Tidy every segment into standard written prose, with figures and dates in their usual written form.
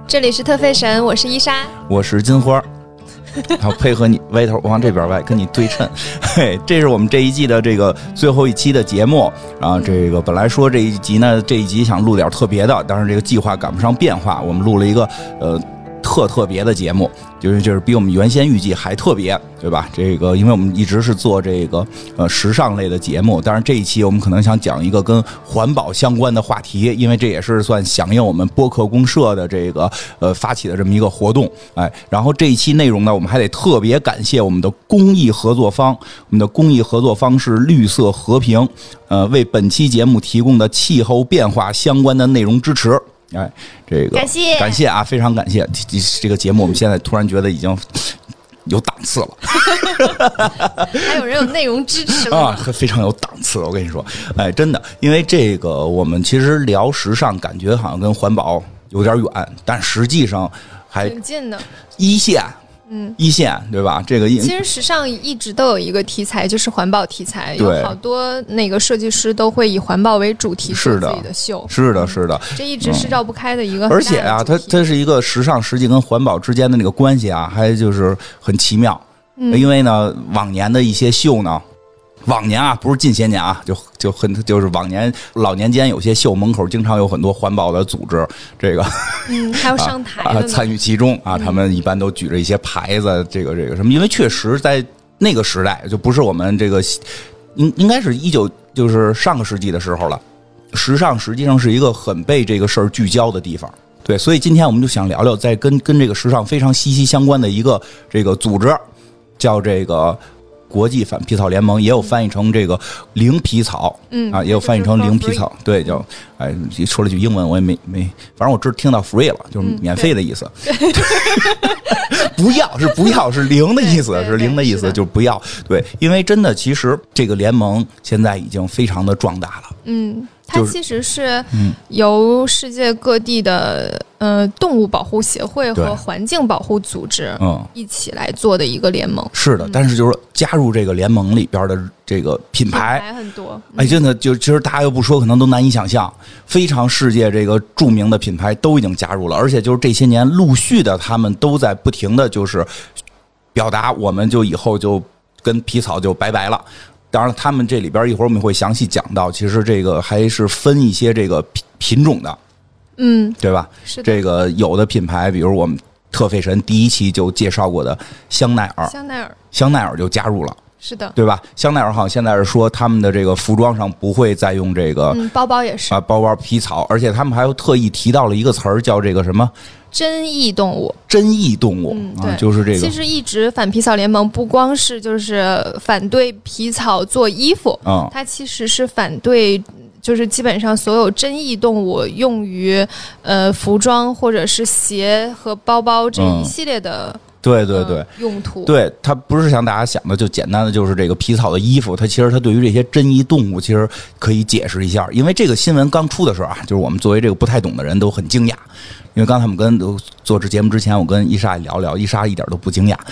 这里是特费神，我是伊莎， 我是金花，然后配合你歪头往这边歪，跟你对称。嘿，这是我们这一季的这个最后一期的节目。然后这个本来说这一集呢，这一集想录点特别的，但是这个计划赶不上变化，我们录了一个特别的节目，就是比我们原先预计还特别，对吧？这个因为我们一直是做这个时尚类的节目，但是这一期我们可能想讲一个跟环保相关的话题，因为这也是算响应我们播客公社的这个发起的这么一个活动，哎，然后这一期内容呢，我们还得特别感谢我们的公益合作方，我们的公益合作方是绿色和平，为本期节目提供的气候变化相关的内容支持。哎，这个感谢啊，非常感谢！这个节目我们现在突然觉得已经有档次了， 还有人有内容支持了啊，非常有档次。我跟你说，哎，真的，因为这个我们其实聊时尚，感觉好像跟环保有点远，但实际上还挺近的， 一线。一线对吧？这个其实时尚一直都有一个题材，就是环保题材，有好多那个设计师都会以环保为主题做自己的秀。 是的， 这一直是绕不开的一个很大的主题。 而且啊，它是一个时尚，实际跟环保之间的那个关系啊，还就是很奇妙。因为呢，往年的一些秀呢。往年啊，不是近些年啊，就是往年老年间有些秀门口经常有很多环保的组织，这个还有上台的参与其中啊，他们一般都举着一些牌子，这个什么，因为确实在那个时代就不是我们这个应该是就是上个世纪的时候了，时尚实际上是一个很被这个事儿聚焦的地方。对，所以今天我们就想聊聊在跟这个时尚非常息息相关的一个这个组织，叫这个国际反皮草联盟，也有翻译成这个零皮草，也有翻译成零皮草，对，叫说了句英文，我也没，反正我只听到 free 了，就是免费的意思。不要是零的意思，是零的意思，就是不要。对，因为真的，其实这个联盟现在已经非常的壮大了。 它其实是由世界各地的动物保护协会和环境保护组织一起来做的一个联盟。 是的，但是就是加入这个联盟里边的这个品牌很多， 哎，真的就其实大家又不说，可能都难以想象，非常世界这个著名的品牌都已经加入了，而且就是这些年陆续的，他们都在不停的就是表达，我们就以后就跟皮草就拜拜了。当然了，他们这里边一会儿我们会详细讲到，其实这个还是分一些这个品种的，对吧？ 是的。 这个有的品牌，比如我们特费神第一期就介绍过的香奈儿就加入了， 是的， 对吧？香奈儿好像现在是说他们的这个服装上不会再用这个， 包包也是啊，包包皮草，而且他们还特意提到了一个词儿，叫这个什么？ 珍异动物， 对，就是这个。 其实一直反皮草联盟不光是就是反对皮草做衣服，它其实是反对，就是基本上所有珍异动物用于服装或者是鞋和包包这一系列的。 对， 用途。 对，它不是像大家想的就简单的就是这个皮草的衣服，它其实它对于这些珍异动物其实可以解释一下。因为这个新闻刚出的时候啊，就是我们作为这个不太懂的人都很惊讶，因为刚才我们做这节目之前，我跟伊莎聊聊，伊莎一点都不惊讶，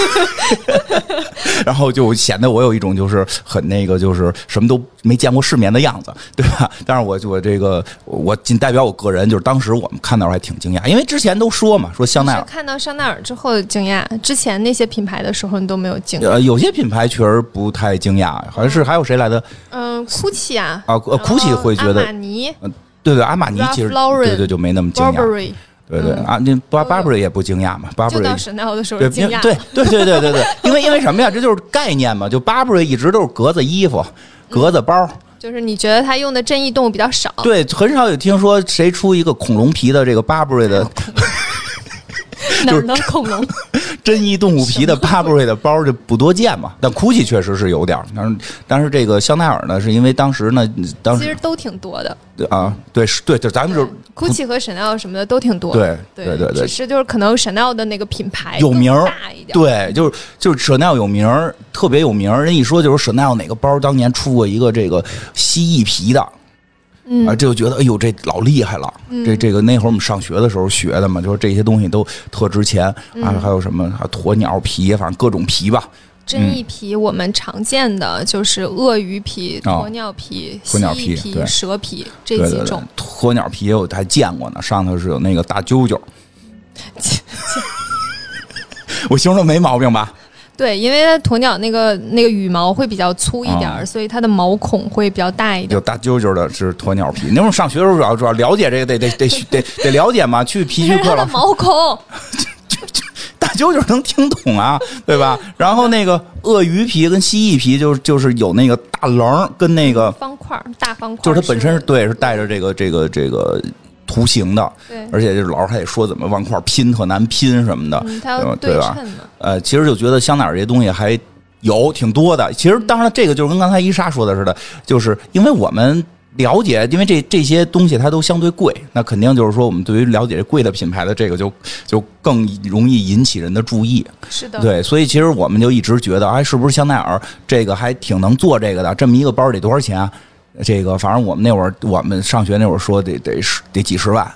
然后就显得我有一种就是很那个就是什么都没见过世面的样子，对吧？但是我这个我仅代表我个人，就是当时我们看到还挺惊讶，因为之前都说嘛，说香奈儿看到香奈儿之后惊讶，之前那些品牌的时候你都没有惊讶。 有些品牌确实不太惊讶，好像是还有谁来的 ？GUCCI 啊 ，GUCCI 会觉得阿玛尼， 对，阿玛尼其实对就没那么惊讶。对啊，那Burberry 也不惊讶嘛，Burberry 就到 Chanel 的时候惊讶。 对，因为什么呀？这就是概念嘛，就 Burberry 一直都是格子衣服、格子包。 就是你觉得他用的珍异动物比较少， 对，很少有听说谁出一个恐龙皮的这个 Burberry 的。 哪儿能恐龙？ 珍异动物皮的 Burberry 的包就不多见嘛，但 GUCCI 确实是有点，但是这个香奈儿呢，是因为当时其实都挺多的啊，对，就咱们就 GUCCI 和 Chanel 什么的都挺多的，对， 只是就是可能 Chanel 的那个品牌有名大一点， 对，就是 Chanel 有名，特别有名，人一说就是 Chanel 哪个包当年出过一个这个蜥蜴皮的。这就觉得哎呦这老厉害了，这个那会儿我们上学的时候学的嘛，就是这些东西都特值钱啊，还有什么鸵鸟皮，反正各种皮吧。 珍异皮我们常见的就是鳄鱼皮、鸵鸟皮、蜥蜴皮、蛇皮这几种。 鸵鸟皮我还见过呢，上头是有那个大揪揪。 我形容没毛病吧？ 对，因为它鸵鸟那个羽毛会比较粗一点，所以它的毛孔会比较大一点。 就大啾啾的是鸵鸟皮。那种上学的时候主要了解这个，得了解嘛。去皮具课了， 毛孔。 大啾啾能听懂啊，对吧？然后那个鳄鱼皮跟蜥蜴皮就是有那个大棱跟那个大方块， 就是它本身是带着这个图形的， 对， 而且就是老师还得说怎么往块拼特难拼什么的， 它要对称吧？其实就觉得香奈儿这些东西还有挺多的。其实当然这个就是跟刚才伊莎说的似的，就是因为我们了解，因为这些东西它都相对贵，那肯定就是说我们对于了解贵的品牌的这个就更容易引起人的注意。 是的， 对，所以其实我们就一直觉得，哎，是不是香奈儿这个还挺能做这个的？这么一个包得多少钱啊？这个反正我们那会儿，我们上学那会儿说得几十万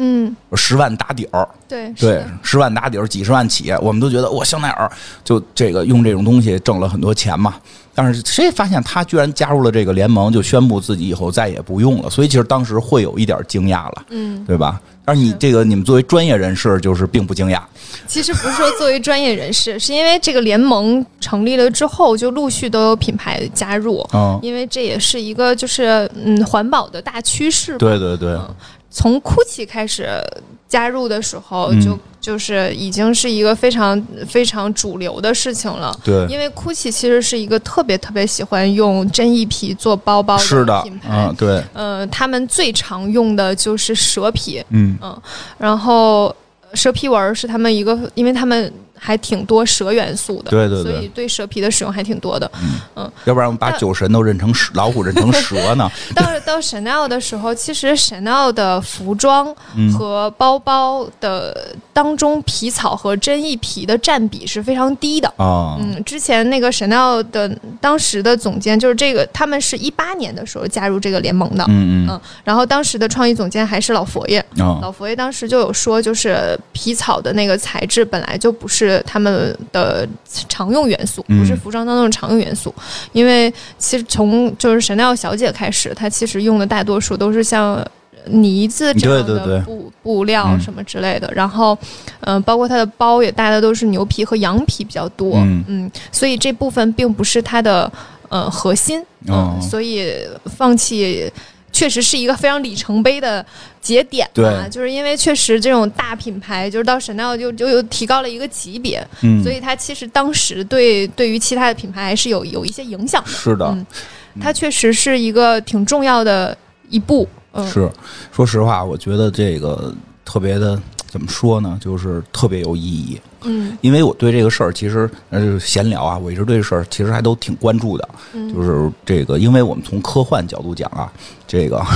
，10万打底儿， 对 ，10万打底儿，几十万起，我们都觉得哇，香奈儿就这个用这种东西挣了很多钱嘛。但是谁发现他居然加入了这个联盟，就宣布自己以后再也不用了，所以其实当时会有一点惊讶了，对吧？但是你们作为专业人士，就是并不惊讶。 其实不是说作为专业人士，是因为这个联盟成立了之后，就陆续都有品牌加入，因为这也是一个就是环保的大趋势。 对对对。 从 GUCCI 开始加入的时候，就是已经是一个非常非常主流的事情了。 对， 因为 GUCCI 其实是一个特别特别喜欢用真翼皮做包包的品牌。 对， 他们最常用的就是蛇皮。然后蛇皮纹是他们一个，因为他们还挺多蛇元素的， 对， 所以对蛇皮的使用还挺多的。 要不然我们把酒神都认成老虎，认成蛇呢？ 到 Chanel 的时候，其实 Chanel 的服装和包包的当中，皮草和真翼皮的占比是非常低的。之前那个 Chanel 的当时的总监就是这个，他们是18年的时候加入这个联盟的。然后当时的创意总监还是老佛爷。老佛爷当时就有说，就是皮草的那个材质本来就不是他们的常用元素，不是服装当中的常用元素，因为其实从就是 Chanel 小姐开始，她其实用的大多数都是像呢子这样的布料什么之类的，然后包括它的包也带的都是牛皮和羊皮比较多，所以这部分并不是它的核心，所以放弃确实是一个非常里程碑的节点啊，就是因为确实这种大品牌就是到 Chanel 就有提高了一个级别，所以它其实当时对于其他的品牌还是有一些影响的。 是的， 它确实是一个挺重要的一步。 是，说实话，我觉得这个特别的怎么说呢，就是特别有意义。因为我对这个事儿其实闲聊啊，我一直对这事儿其实还都挺关注的。就是这个，因为我们从科幻角度讲啊，这个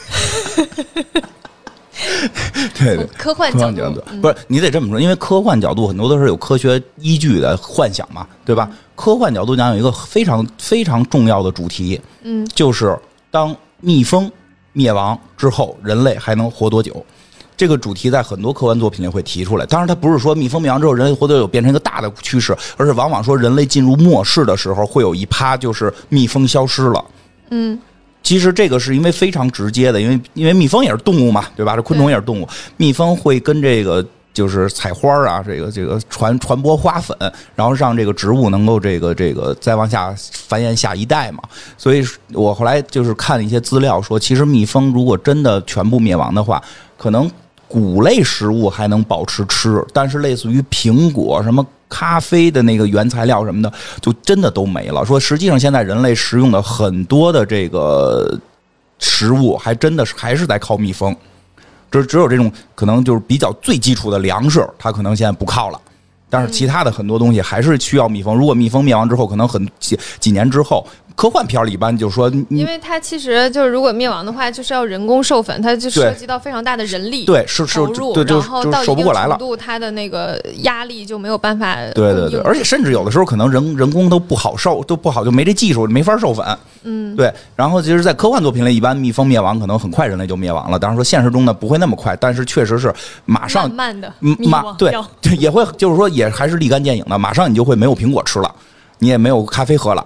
对科幻角度不是你得这么说，因为科幻角度很多都是有科学依据的幻想嘛，对吧？科幻角度讲有一个非常非常重要的主题，就是当蜜蜂灭亡之后，人类还能活多久？这个主题在很多科幻作品里会提出来。当然，它不是说蜜蜂灭亡之后人类活多久变成一个大的趋势，而是往往说人类进入末世的时候，会有一趴就是蜜蜂消失了。其实这个是因为非常直接的，因为蜜蜂也是动物嘛，对吧？这昆虫也是动物，蜜蜂会跟这个就是采花啊，这个传播花粉，然后让这个植物能够这个再往下繁衍下一代嘛。所以我后来就是看了一些资料说，其实蜜蜂如果真的全部灭亡的话，可能谷类食物还能保持吃，但是类似于苹果什么咖啡的那个原材料什么的，就真的都没了。说实际上现在人类食用的很多的这个食物，还真的还是在靠蜜蜂。只有这种可能就是比较最基础的粮食，它可能现在不靠了，但是其他的很多东西还是需要蜜蜂。如果蜜蜂灭亡之后，可能几年之后，科幻片里一般就说， 因为它其实就是如果灭亡的话，就是要人工授粉，它就涉及到非常大的人力投入，然后到一定程度，它的那个压力就没有办法。 对，而且甚至有的时候可能人工都不好就没这技术，没法授粉。对。然后其实，在科幻作品里，一般蜜蜂灭亡可能很快人类就灭亡了。当然说现实中呢不会那么快，但是确实是马上慢慢的灭亡对，也会就是说也还是立竿见影的，马上你就会没有苹果吃了，你也没有咖啡喝了。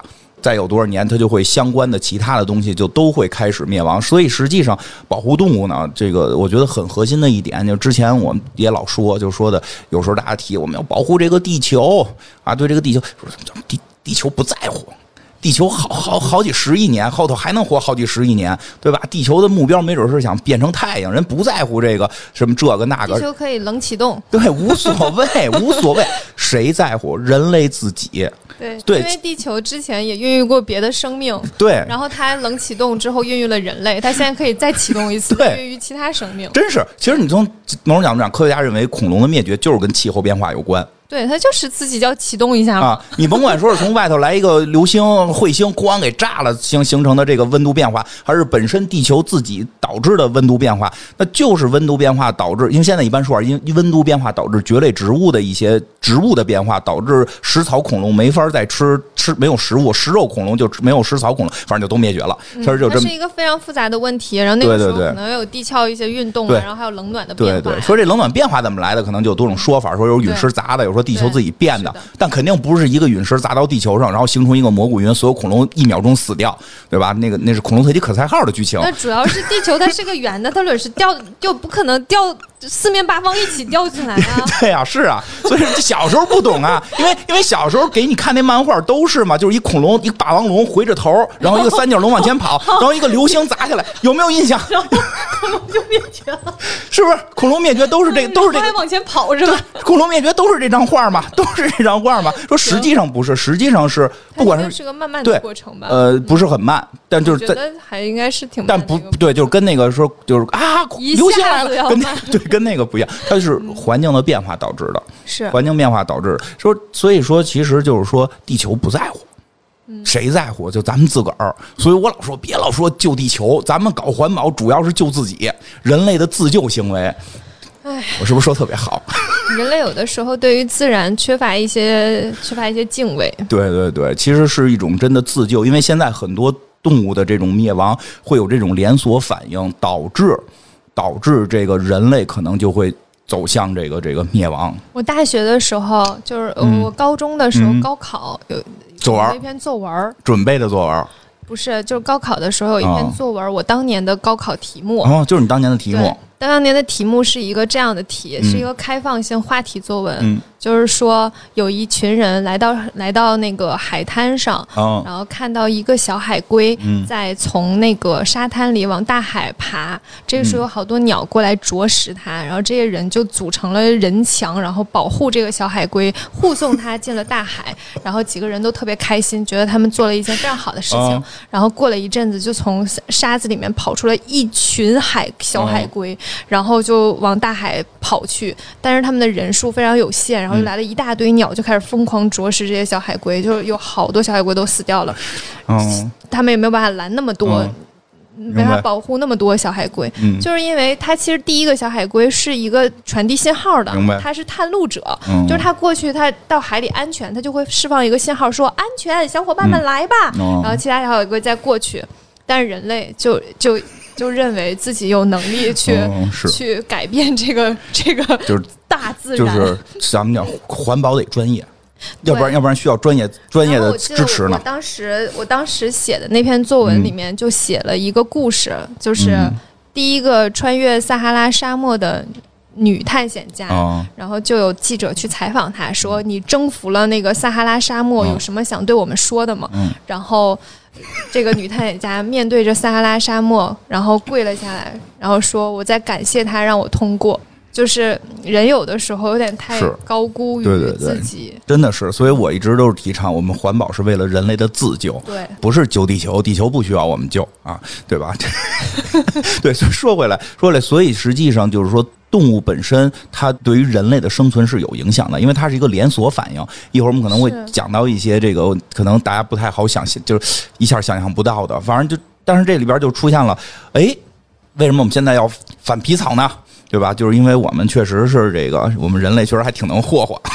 再有多少年，它就会相关的其他的东西就都会开始灭亡。所以实际上保护动物呢，这个我觉得很核心的一点，就之前我们也老说，就说的有时候大家提我们要保护这个地球啊，对这个地球，地球不在乎。地球好几十亿年，后头还能活好几十亿年，对吧？地球的目标没准是想变成太阳，人不在乎这个什么这个那个。 地球可以冷启动， 对，无所谓，无所谓，谁在乎？人类自己。对， 因为地球之前也孕育过别的生命， 对， 然后它冷启动之后孕育了人类，它现在可以再启动一次，孕育其他生命。 真是，其实你从某种角度讲，科学家认为恐龙的灭绝就是跟气候变化有关。 对，它就是自己要启动一下嘛。 啊，你甭管说是从外头来一个流星、彗星，咣给炸了形成的这个温度变化，还是本身地球自己导致的温度变化，那就是温度变化导致。因为现在一般说因为温度变化导致蕨类植物的一些植物的变化，导致食草恐龙没法再吃没有食物，食肉恐龙就没有食草恐龙，反正就都灭绝了。它是一个非常复杂的问题。然后那个时候可能有地壳一些运动，然后还有冷暖的变化。 对，说这冷暖变化怎么来的，可能就有多种说法，说有陨石砸的，有说地球自己变的，但肯定不是一个陨石砸到地球上，然后形成一个蘑菇云，所有恐龙1秒钟死掉，对吧？那是恐龙特级可赛号的剧情。 那主要是地球它是个圆的，它卵是掉就不可能掉四面八方一起掉进来啊。 对啊，是啊，所以小时候不懂啊，因为小时候给你看那漫画都是嘛，就是一恐龙一个霸王龙回着头，然后一个三角龙往前跑，然后一个流星砸下来，有没有印象？ 然后恐龙就灭绝了， 是不是？恐龙灭绝都是这还往前跑是吧？ 恐龙灭绝都是这张画嘛，都是这张画嘛。说实际上不是，实际上是不管是个慢慢的过程吧。 不是很慢，但就是觉得还应该是挺慢的。 但不对，就是跟那个说就是啊，流星来了，跟那个不一样，它是环境的变化导致的， 是环境变化导致的。所以说其实就是说地球不在乎。谁在乎？就咱们自个儿。所以我老说，别老说救地球，咱们搞环保主要是救自己，人类的自救行为。我是不是说特别好？ 人类有的时候对于自然缺乏一些敬畏。 对，其实是一种真的自救，因为现在很多动物的这种灭亡会有这种连锁反应，导致这个人类可能就会走向这个灭亡。 我大学的时候，就是我高中的时候，高考有一篇作文， 准备的作文。 不是，就是高考的时候有一篇作文，我当年的高考题目。 就是你当年的题目。 当年的题目是一个这样的题，是一个开放性话题作文，就是说有一群人来到那个海滩上，然后看到一个小海龟在从那个沙滩里往大海爬，这个时候有好多鸟过来啄食它，然后这些人就组成了人墙，然后保护这个小海龟，护送它进了大海，然后几个人都特别开心，觉得他们做了一件非常好的事情，然后过了一阵子就从沙子里面跑出了一群小海龟，然后就往大海跑去，但是他们的人数非常有限，然后就来了一大堆鸟，就开始疯狂啄食这些小海龟，就有好多小海龟都死掉了。他们也没有办法拦那么多，没法保护那么多小海龟，就是因为它其实第一个小海龟是一个传递信号的，它是探路者，就是它过去，它到海里安全，它就会释放一个信号说安全，小伙伴们来吧，然后其他小海龟再过去，但是人类就认为自己有能力去改变这个就是大自然， 就是咱们讲环保得专业，要不然需要专业的支持呢。 我当时写的那篇作文里面就写了一个故事，就是第一个穿越撒哈拉沙漠的女探险家，然后就有记者去采访她，说你征服了那个撒哈拉沙漠，有什么想对我们说的吗？然后这个女探险家面对着撒哈拉沙漠，然后跪了下来，然后说我在感谢他让我通过。就是人有的时候有点太高估于自己， 真的是，所以我一直都是提倡我们环保是为了人类的自救， 对， 不是救地球，地球不需要我们救啊，对吧？对，所以说回来，所以实际上就是说，动物本身它对于人类的生存是有影响的，因为它是一个连锁反应。一会儿我们可能会讲到一些这个可能大家不太好想象，就是一下想象不到的，反正但是这里边就出现了，为什么我们现在要反皮草呢？对吧？就是因为我们确实是我们人类确实还挺能霍霍，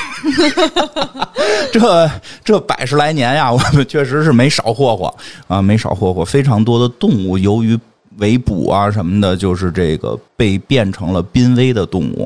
这100十来年呀，我们确实是没少霍霍啊，没少霍霍。非常多的动物由于围捕啊什么的，就是被变成了濒危的动物。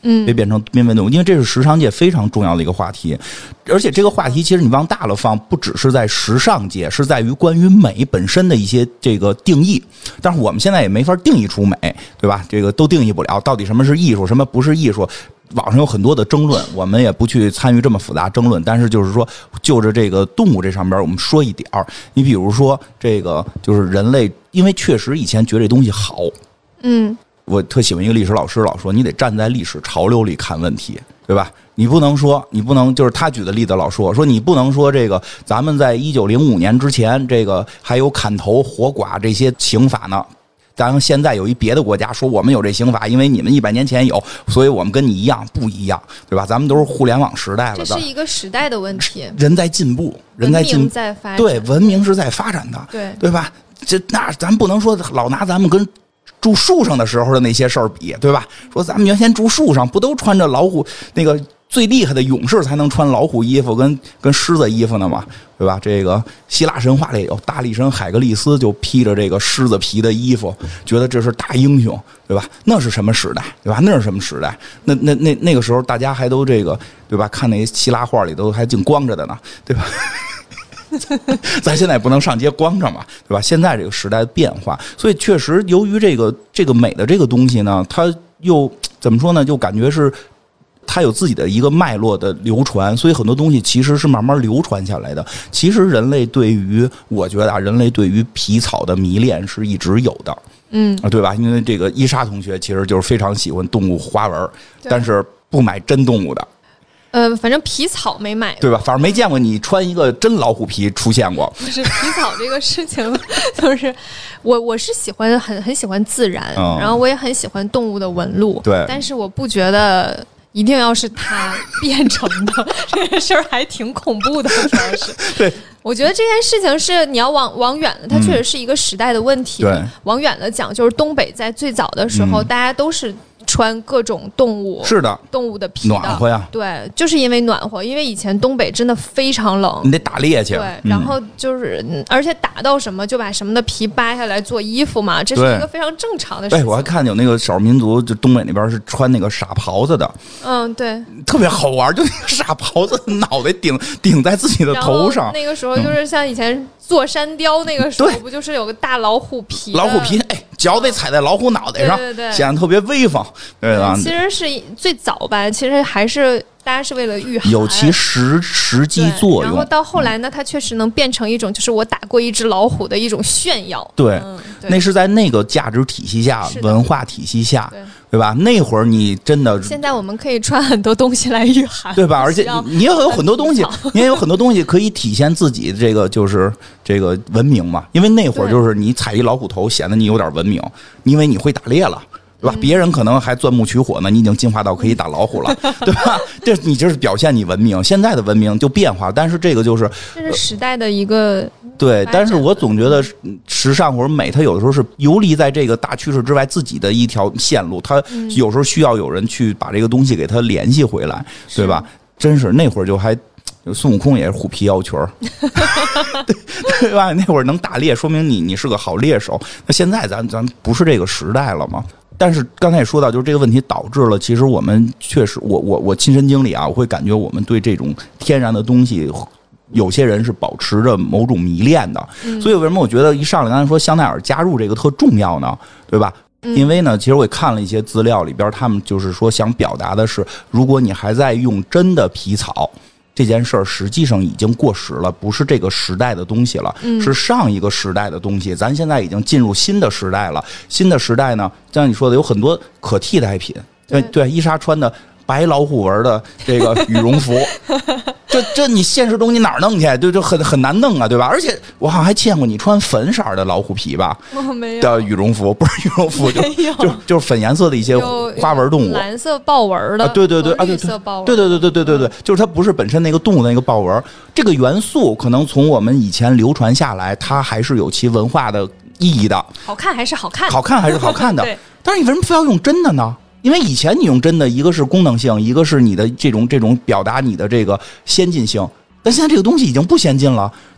别变成濒危动物，因为这是时尚界非常重要的一个话题。而且这个话题其实你往大了放，不只是在时尚界，是在于关于美本身的一些这个定义。但是我们现在也没法定义出美，对吧？这个都定义不了，到底什么是艺术，什么不是艺术。网上有很多的争论，我们也不去参与这么复杂争论。但是就是说，就着这个动物这上边，我们说一点儿。你比如说这个，就是人类，因为确实以前觉得这东西好，我特喜欢一个历史老师老说，你得站在历史潮流里看问题，对吧？你不能就是他举的例子老说你不能说这个咱们在1905年之前，这个还有砍头活剐这些刑法呢。当然现在有一别的国家说我们有这刑法，因为你们100年前有，所以我们跟你一样不一样，对吧？咱们都是互联网时代了的， 这是一个时代的问题。 人在进步，人在进步，对，文明是在发展的，对吧？那咱不能说老拿咱们跟住树上的时候的那些事儿比，对吧？说咱们原先住树上不都穿着老虎那个最厉害的勇士才能穿老虎衣服跟狮子衣服呢嘛，对吧？这个希腊神话里有大力神海格力斯就披着这个狮子皮的衣服，觉得这是大英雄，对吧？那是什么时代，对吧？那是什么时代？那个时候大家还都这个，对吧？看那希腊画里都还净光着的呢，对吧？咱现在不能上街光着嘛，对吧？现在这个时代的变化，所以确实由于这个美的这个东西呢，它又怎么说呢？就感觉是它有自己的一个脉络的流传，所以很多东西其实是慢慢流传下来的。其实我觉得人类对于皮草的迷恋是一直有的，对吧？因为这个伊莎同学其实就是非常喜欢动物花纹，但是不买真动物的。 反正皮草没买过， 对吧？反正没见过你穿一个真老虎皮出现过。 不是皮草这个事情，就是我是喜欢很喜欢自然，然后我也很喜欢动物的纹路， 对， 但是我不觉得一定要是它变成的，这个事儿还挺恐怖的，主要是。 对， 我觉得这件事情是你要往远了，它确实是一个时代的问题。 对， 往远了讲，就是东北在最早的时候，大家都是穿各种动物， 是的， 动物的皮的， 暖和呀。 对，就是因为暖和，因为以前东北真的非常冷， 你得打猎去。 对，然后就是，而且打到什么就把什么的皮扒下来做衣服嘛，这是一个非常正常的事情。 我还看有那个少数民族，就东北那边是穿那个傻狍子的， 对， 特别好玩，就那个傻狍子脑袋顶在自己的头上。 那个时候就是像以前坐山雕那个时候，不就是有个大老虎皮？ 老虎皮，脚得踩在老虎脑袋上， 对， 显得特别威风，对吧？ 其实是最早吧，其实还是大家是为了御寒， 有其实际作用。 然后到后来呢，它确实能变成一种，就是我打过一只老虎的一种炫耀。 对，那是在那个价值体系下、文化体系下，对吧？那会儿你真的， 现在我们可以穿很多东西来御寒， 对吧？而且你也有很多东西，你也有很多东西可以体现自己这个就是这个文明嘛。因为那会儿就是你踩一老虎头，显得你有点文明，因为你会打猎了。对吧？别人可能还钻木取火呢，你已经进化到可以打老虎了，对吧？你这是表现你文明。现在的文明就变化，但是这个这是时代的一个对。但是我总觉得时尚或者美，它有的时候是游离在这个大趋势之外自己的一条线路，它有时候需要有人去把这个东西给它联系回来，对吧？真是那会儿就还。孙悟空也是虎皮腰裙对吧？那会儿能打猎，说明你是个好猎手。那现在咱不是这个时代了吗？但是刚才也说到，就是这个问题导致了，其实我们确实，我亲身经历啊，我会感觉我们对这种天然的东西，有些人是保持着某种迷恋的。所以为什么我觉得一上来刚才说香奈儿加入这个特重要呢？对吧？因为呢，其实我也看了一些资料里边，他们就是说想表达的是，如果你还在用真的皮草。这件事儿实际上已经过时了，不是这个时代的东西了，是上一个时代的东西。咱现在已经进入新的时代了。新的时代呢，像你说的，有很多可替代品。对，伊莎穿的白老虎纹的这个羽绒服，这你现实中你哪儿弄去？就很难弄啊，对吧？而且我好像还见过你穿粉色的老虎皮吧？ 没有的羽绒服，不是羽绒服，就是粉颜色的一些花纹动物， 蓝色豹纹的， 对绿色豹纹， 对，就是它不是本身那个动物的那个豹纹，这个元素可能从我们以前流传下来，它还是有其文化的意义的。 好看还是好看， 好看还是好看的。但是你为什么非要用真的呢？因为以前你用真的，一个是功能性，一个是你的这种表达你的这个先进性，但现在这个东西已经不先进了。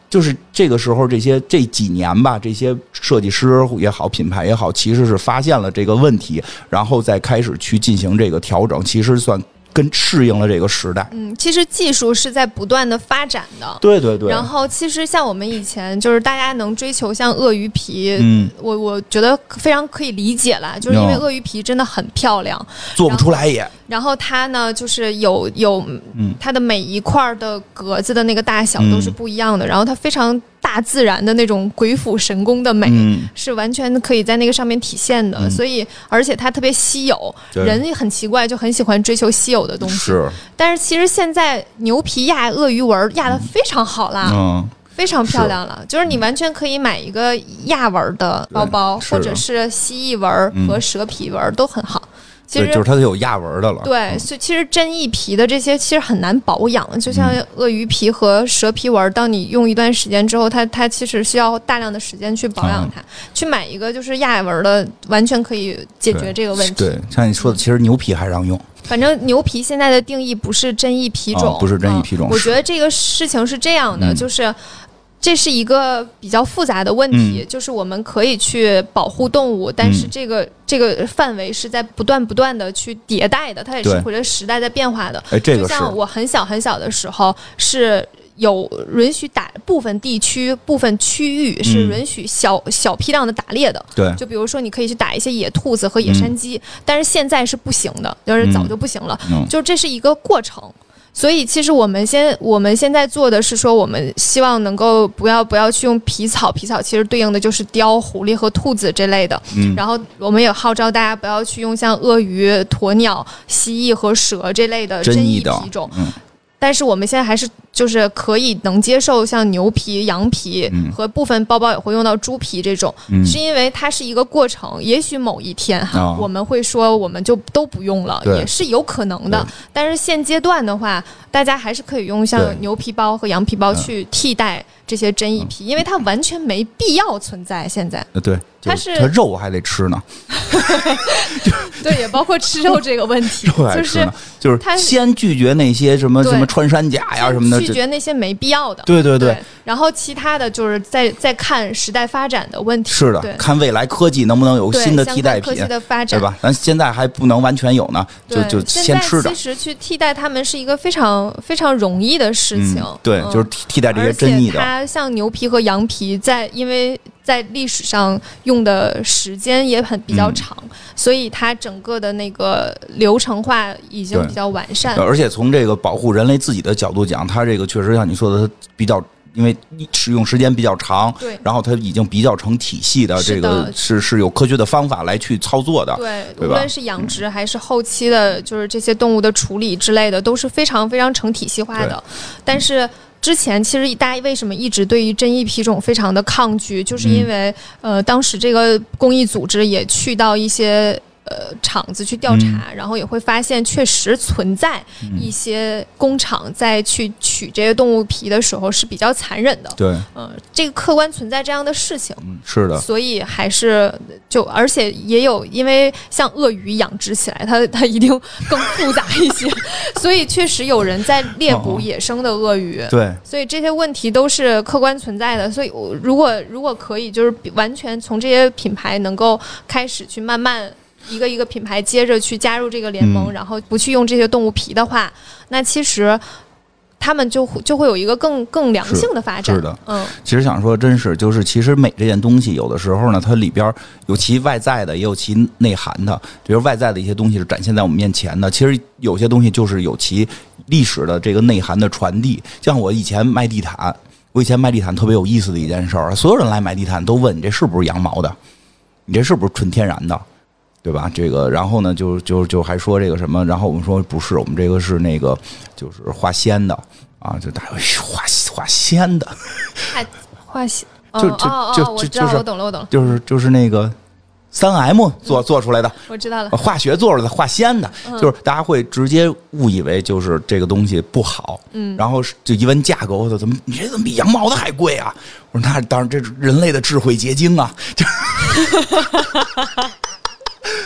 就是这个时候这几年吧，这些设计师也好，品牌也好，其实是发现了这个问题，然后再开始去进行这个调整，其实算跟适应了这个时代。 其实技术是在不断的发展的。 对对对。 然后其实像我们以前就是大家能追求像鳄鱼皮，我觉得非常可以理解啦，就是因为鳄鱼皮真的很漂亮， 做不出来也。 然后它呢，就是有它的每一块的格子的那个大小都是不一样的，然后它非常大自然的那种鬼斧神工的美，是完全可以在那个上面体现的。所以而且它特别稀有，人也很奇怪，就很喜欢追求稀有的东西。 是。 但是其实现在牛皮压鳄鱼纹压得非常好啦。非常漂亮了，就是你完全可以买一个亚纹的包包，或者是蜥蜴纹和蛇皮纹都很好。其实就是它有压纹的了。 对，所以其实真翼皮的这些其实很难保养，就像鳄鱼皮和蛇皮纹，当你用一段时间之后，它其实需要大量的时间去保养它。去买一个就是亚纹的，完全可以解决这个问题。 对，像你说的，其实牛皮还让用。 反正牛皮现在的定义不是真翼皮种， 不是真翼皮种。 我觉得这个事情是这样的，就是这是一个比较复杂的问题，就是我们可以去保护动物，但是这个范围是在不断的去迭代的，它也是随着时代在变化的。 这个是就像我很小的时候是有允许打部分地区、部分区域是允许小批量的打猎的。 对， 就比如说你可以去打一些野兔子和野山鸡，但是现在是不行的，就是早就不行了。就这是一个过程。所以其实我们现在做的是说，我们希望能够不要去用皮草，皮草其实对应的就是雕、狐狸和兔子这类的。然后我们也号召大家不要去用像鳄鱼、鸵鸟、蜥蜴和蛇这类的真翼皮种。但是我们现在还是就是可以能接受像牛皮、羊皮和部分包包也会用到猪皮这种，是因为它是一个过程。也许某一天我们会说我们就都不用了，也是有可能的。但是现阶段的话，大家还是可以用像牛皮包和羊皮包去替代这些真翼皮，因为它完全没必要存在。现在对，它肉还得吃呢。 对，也包括吃肉这个问题， 就是他先拒绝那些什么穿山甲呀什么的， 拒绝那些没必要的。 对。 然后其他的就是在看时代发展的问题。 是的，看未来科技能不能有新的替代品， 科技的发展， 对吧？咱现在还不能完全有呢，就先吃着。 其实去替代它们是一个非常非常容易的事情。 对，就是替代这些真翼的。 它像牛皮和羊皮，因为在历史上用的时间也比较长，所以它整个的那个流程化已经比较完善。 而且从这个保护人类自己的角度讲，它这个确实像你说的，它比较。因为使用时间比较长， 对， 然后它已经比较成体系的，这个是有科学的方法来去操作的， 对，无论是养殖还是后期的，就是这些动物的处理之类的，都是非常非常成体系化的。但是之前其实大家为什么一直对于真翼皮种非常的抗拒，就是因为当时这个公益组织也去到一些厂子去调查，然后也会发现确实存在一些工厂在去取这些动物皮的时候是比较残忍的。 对， 这个客观存在这样的事情。 是的。 所以还是而且也有，因为像鳄鱼养殖起来，它一定更复杂一些，所以确实有人在猎捕野生的鳄鱼。 对， 所以这些问题都是客观存在的。所以如果可以，就是完全从这些品牌能够开始去慢慢。一个一个品牌接着去加入这个联盟，然后不去用这些动物皮的话，那其实他们就会有一个更良性的发展。 是的，其实想说，真是就是，其实美这件东西有的时候呢，它里边有其外在的，也有其内涵的。比如外在的一些东西是展现在我们面前的，其实有些东西就是有其历史的这个内涵的传递。像我以前卖地毯，特别有意思的一件事儿，所有人来买地毯都问你这是不是羊毛的，你这是不是纯天然的。对吧？这个，然后呢，就还说这个什么，然后我们说不是，我们这个是那个就是化纤的啊，就大家化纤的， 化纤， 我知道，我懂了， 就是那个3M 做出来的， 我知道了， 化学做出来的化纤的，就是大家会直接误以为就是这个东西不好，然后就一问价格，我说你这怎么比羊毛的还贵啊？我说那当然这是人类的智慧结晶啊。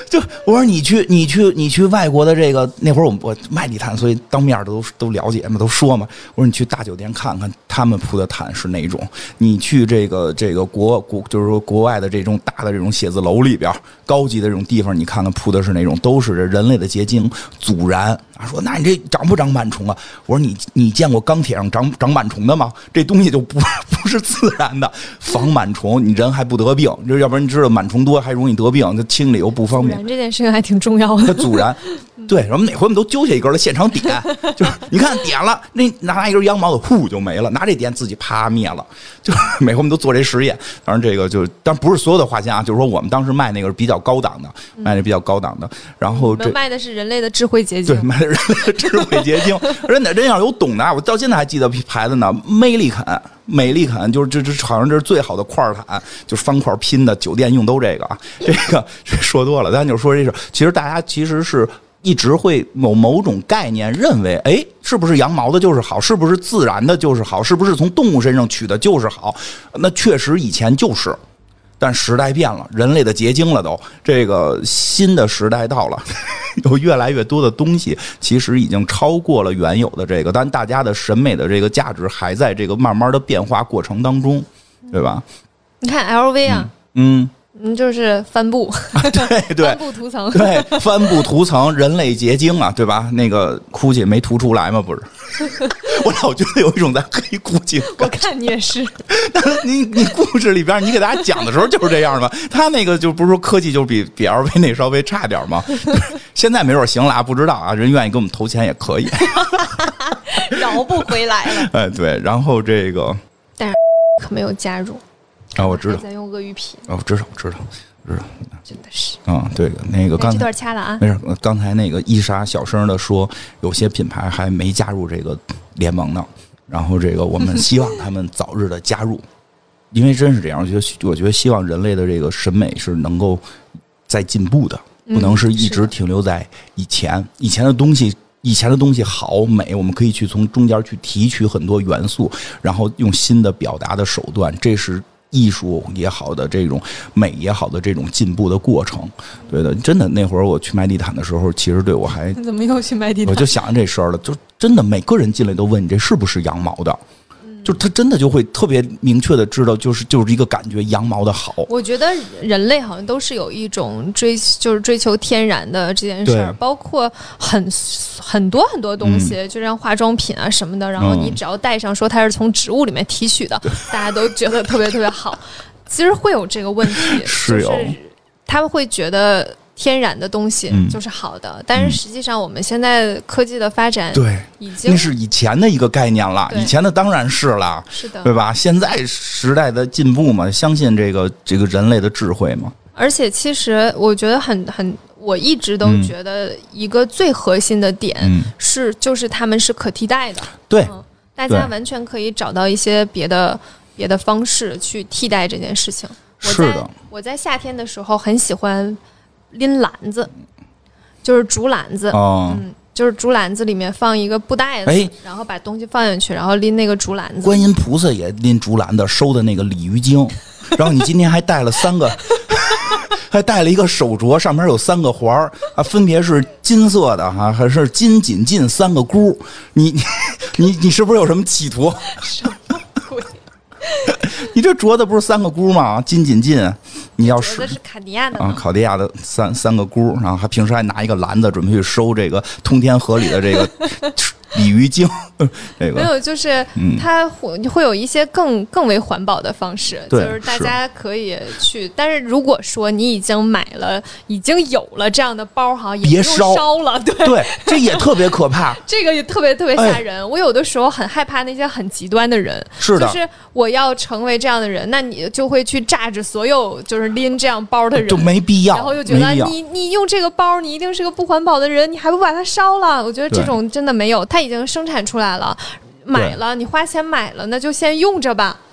就我说你去外国的这个那会儿我卖地毯，所以当面都了解嘛，都说嘛。我说你去大酒店看看，他们铺的毯是哪种？你去这个就是说国外的这种大的这种写字楼里边，高级的这种地方，你看看铺的是哪种，都是人类的结晶阻燃啊。说那你这长不长螨虫啊？我说你见过钢铁上长螨虫的吗？这东西就不是自然的，防螨虫，你人还不得病，就要不然你知道螨虫多还容易得病，它清理又不方便。 阻燃这件事情还挺重要的。 它阻燃，对，我们哪回我们都揪下一根来现场点，就是你看点了，那拿一根羊毛的呼就没了，拿这点自己啪灭了，就是每回我们都做这实验。当然这个但不是所有的化纤啊，就是说我们当时卖那个是比较高档的，卖那比较高档的，然后这卖的是人类的智慧结晶， 对，卖的人类的智慧结晶，真要有懂的，我到现在还记得牌子呢，美利肯就是这好像这是最好的块毯，就是方块拼的，酒店用都这个啊。这说多了，咱就说这事，其实大家其实是一直会有某种概念，认为哎，是不是羊毛的就是好，是不是自然的就是好，是不是从动物身上取的就是好？那确实以前就是。但时代变了，人类的结晶了都，这个新的时代到了，有越来越多的东西，其实已经超过了原有的这个，但大家的审美的这个价值还在这个慢慢的变化过程当中，对吧？ 你看 LV 啊，就是帆布， 对， 帆布涂层， 对，帆布涂层，人类结晶啊，对吧？那个GUCCI没涂出来吗？不是，我老觉得有一种在黑GUCCI。 我看你也是。 你故事里边你给大家讲的时候就是这样的吗？他那个就不是说科技就比 LV 那稍微差点吗？现在没准行了，不知道啊，人愿意给我们投钱也可以。 饶不回来了。 哎，对，然后这个， 但是可没有加入。 啊，我知道。 在用鳄鱼皮。 我知道。 真的是。 对，那个刚才这段掐了啊。 没事，刚才那个伊莎小声的说，有些品牌还没加入这个联盟呢。然后这个我们希望他们早日的加入，因为真是这样，我觉得希望人类的这个审美是能够在进步的，不能是一直停留在以前的东西。以前的东西好美，我们可以去从中间去提取很多元素，然后用新的表达的手段，这是艺术也好的这种美也好的这种进步的过程。对的，真的那会儿我去卖地毯的时候，其实对我还怎么又去卖地毯？ 我就想这事儿了，就真的每个人进来都问你这是不是羊毛的。就他真的就会特别明确的知道，就是一个感觉羊毛的好。 我觉得人类好像都是有一种追求天然的这件事儿，包括很多东西，就像化妆品啊什么的，然后你只要带上说它是从植物里面提取的，大家都觉得特别特别好。其实会有这个问题， 是有， 他们会觉得天然的东西就是好的，但是实际上我们现在科技的发展， 对， 已经那是以前的一个概念了，以前的当然是了， 是的， 对吧？现在时代的进步嘛，相信这个人类的智慧嘛。 而且其实我觉得我一直都觉得一个最核心的点就是他们是可替代的， 对， 大家完全可以找到一些别的方式去替代这件事情。 是的， 我在夏天的时候很喜欢拎篮子，就是竹篮子，就是竹篮子里面放一个布袋子，然后把东西放进去，然后拎那个竹篮子。 观音菩萨也拎竹篮子，收的那个鲤鱼精。然后你今天还带了3个，还带了一个手镯，上面有3个环啊，分别是金色的哈，还是金紧进3个箍。你是不是有什么企图？ 什么鬼？ 你这镯子不是3个箍吗？金紧进，你要镯子是卡地亚的啊，卡地亚的三个箍，然后还平时还拿一个篮子准备去收这个通天河里的这个鲤鱼精。这个没有，就是它会有一些更为环保的方式，就是大家可以去。但是如果说你已经买了，已经有了这样的包，好像也别烧了， 对，这也特别可怕。 这个也特别吓人。我有的时候很害怕那些很极端的人， 是的， 就是我要成为这样的人，那你就会去榨着所有就是拎这样包的人， 就没必要。 然后又觉得你用这个包，你一定是个不环保的人，你还不把它烧了？我觉得这种真的没有，它已经生产出来了，买了，你花钱买了，那就先用着吧。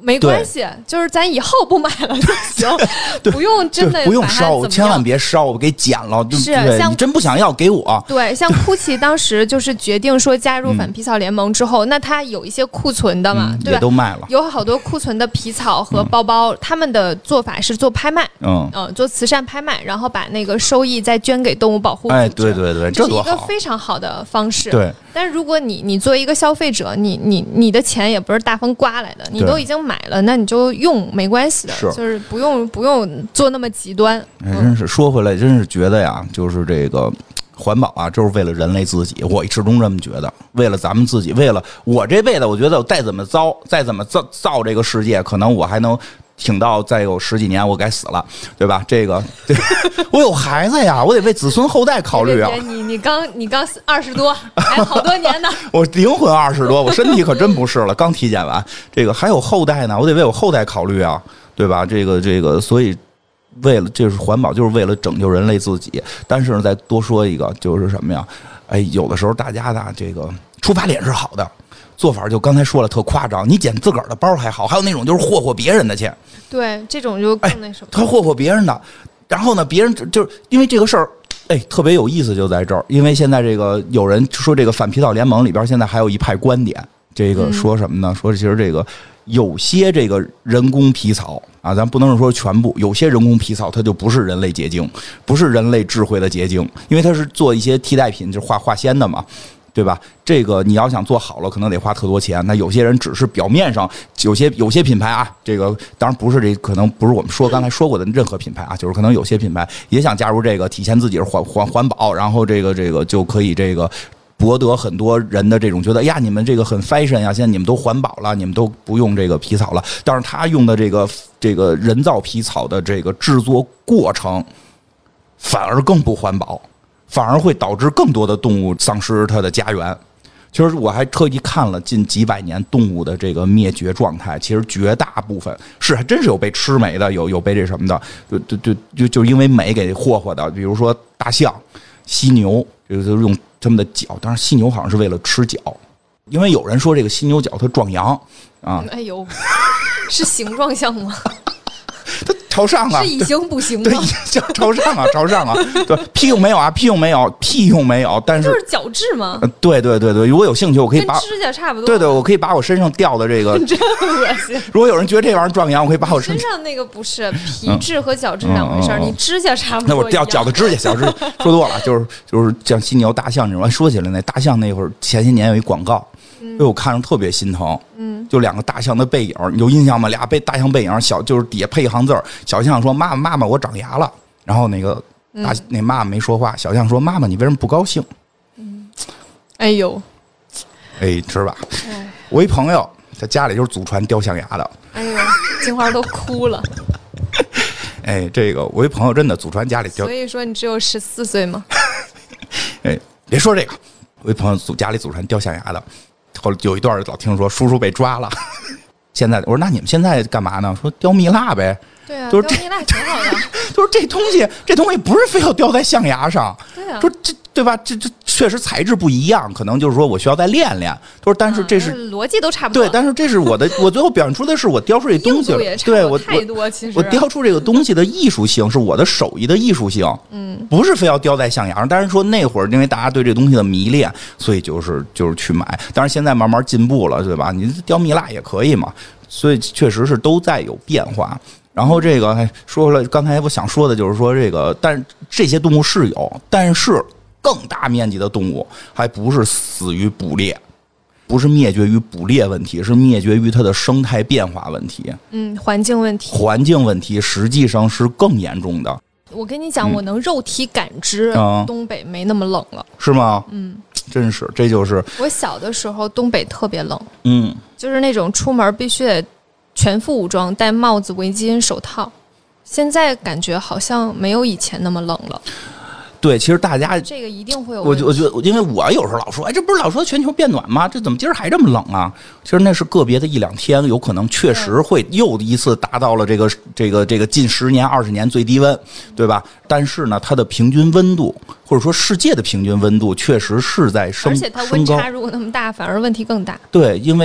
没关系，就是咱以后不买了就行，不用真的不用烧，千万别烧，给剪了。 是， 你真不想要给我。 对，像 GUCCI 当时就是决定说加入反皮草联盟之后，那它有一些库存的嘛，对吧？ 也都卖了， 有好多库存的皮草和包包，他们的做法是做拍卖，做慈善拍卖，然后把那个收益再捐给动物保护组织。 对对对， 这是一个非常好的方式。 对， 但是如果你作为一个消费者，你的钱也不是大风刮来的，你都已经买了，那你就用没关系的，就是不用做那么极端。 真是说回来，真是觉得呀，就是这个环保啊，就是为了人类自己。我始终这么觉得，为了咱们自己，为了我这辈子，我觉得再怎么造这个世界，可能我还能挺到再有10几年我该死了，对吧？这个对我有孩子呀，我得为子孙后代考虑啊。 你刚20多，还好多年呢。 我灵魂20多，我身体可真不是了，刚体检完。这个还有后代呢，我得为我后代考虑啊，对吧？这个，所以为了就是环保，就是为了拯救人类自己。但是呢，再多说一个，就是什么呀？有的时候大家的这个出发点是好的。做法就刚才说了特夸张，你捡自个儿的包还好，还有那种就是霍别人的去， 对，这种就更那什么。 他霍别人的，然后呢，别人就是因为这个事儿，特别有意思就在这儿，因为现在这个有人说这个反皮草联盟里边现在还有一派观点，这个说什么呢？说其实这个有些这个人工皮草啊，咱不能说全部，有些人工皮草它就不是人类结晶，不是人类智慧的结晶，因为它是做一些替代品，就是化纤的嘛。对吧？这个你要想做好了，可能得花特多钱。那有些人只是表面上，有些品牌啊，这个当然不是可能不是我们刚才说过的任何品牌啊，就是可能有些品牌也想加入这个，体现自己是环保，然后这个就可以这个博得很多人的这种觉得呀，你们这个很 fashion 呀，现在你们都环保了，你们都不用这个皮草了。但是他用的这个人造皮草的这个制作过程，反而更不环保。反而会导致更多的动物丧失它的家园。其实我还特意看了近几百年动物的这个灭绝状态，其实绝大部分还真是有被吃没的，有被这什么的，就因为美给霍的。比如说大象、犀牛，就是用他们的角，当然犀牛好像是为了吃角，因为有人说这个犀牛角它壮阳啊。 哎呦，是形状像吗？ 它朝上啊， 是以形补形吗？ 对，朝上啊，朝上啊，对，屁用没有啊，屁用没有，但是就是角质吗？ 对，如果有兴趣，我可以把跟指甲差不多。 对，我可以把我身上掉的这个， 真恶心。 如果有人觉得这玩意儿壮阳，我可以把我身上那个不是皮质和角质两回事，你指甲差不多。 那我掉脚的指甲，小指甲说多了，就是像犀牛、大象这种。说起来，那大象那会儿前些年有一广告。因为我看着特别心疼，就2个大象的背影，你有印象吗？俩大象背影，就是底下配一行字儿，小象说：“妈妈，我长牙了。”然后那个那妈妈没说话，小象说：“妈妈，你为什么不高兴？” 哎呦， 是吧？我一朋友在家里就是祖传雕象牙的。 哎呦，金花都哭了。 这个我一朋友真的祖传家里雕， 所以说你只有14岁吗？ 别说这个，我一朋友家里祖传雕象牙的。后来有一段老听说叔叔被抓了，现在我说那你们现在干嘛呢？说雕蜜蜡呗。 对啊， 就是雕蜜蜡挺好的。 就是这东西不是非要雕在象牙上。 对啊。 说这对吧？这确实材质不一样，可能就是说我需要再练练。他说，但是这是逻辑都差不多。 对，但是这是我最后表现出的是我雕出这东西了。对我太多，其实我雕出这个东西的艺术性是我的手艺的艺术性。不是非要雕在象牙上。但是说那会儿因为大家对这东西的迷恋，所以就是去买。但是现在慢慢进步了，对吧？你雕蜜蜡也可以嘛。所以确实是都在有变化。然后这个说了，刚才我想说的就是说这个，但这些动物是有，但是更大面积的动物还不是死于捕猎，不是灭绝于捕猎问题，是灭绝于它的生态变化问题。 环境问题。 环境问题实际上是更严重的。 我跟你讲，我能肉体感知东北没那么冷了。 是吗？真是，这就是我小的时候东北特别冷。 就是那种出门必须得全副武装，戴帽子、围巾、手套。现在感觉好像没有以前那么冷了。 对，其实大家这个一定会有问题。 我觉得，因为我有时候老说，这不是老说全球变暖吗？这怎么今儿还这么冷啊？其实那是个别的1-2天，有可能确实会又一次达到了这个近10年、20年最低温，对吧？但是呢，它的平均温度或者说世界的平均温度确实是在升高， 而且它温差如果那么大，反而问题更大。 对，因为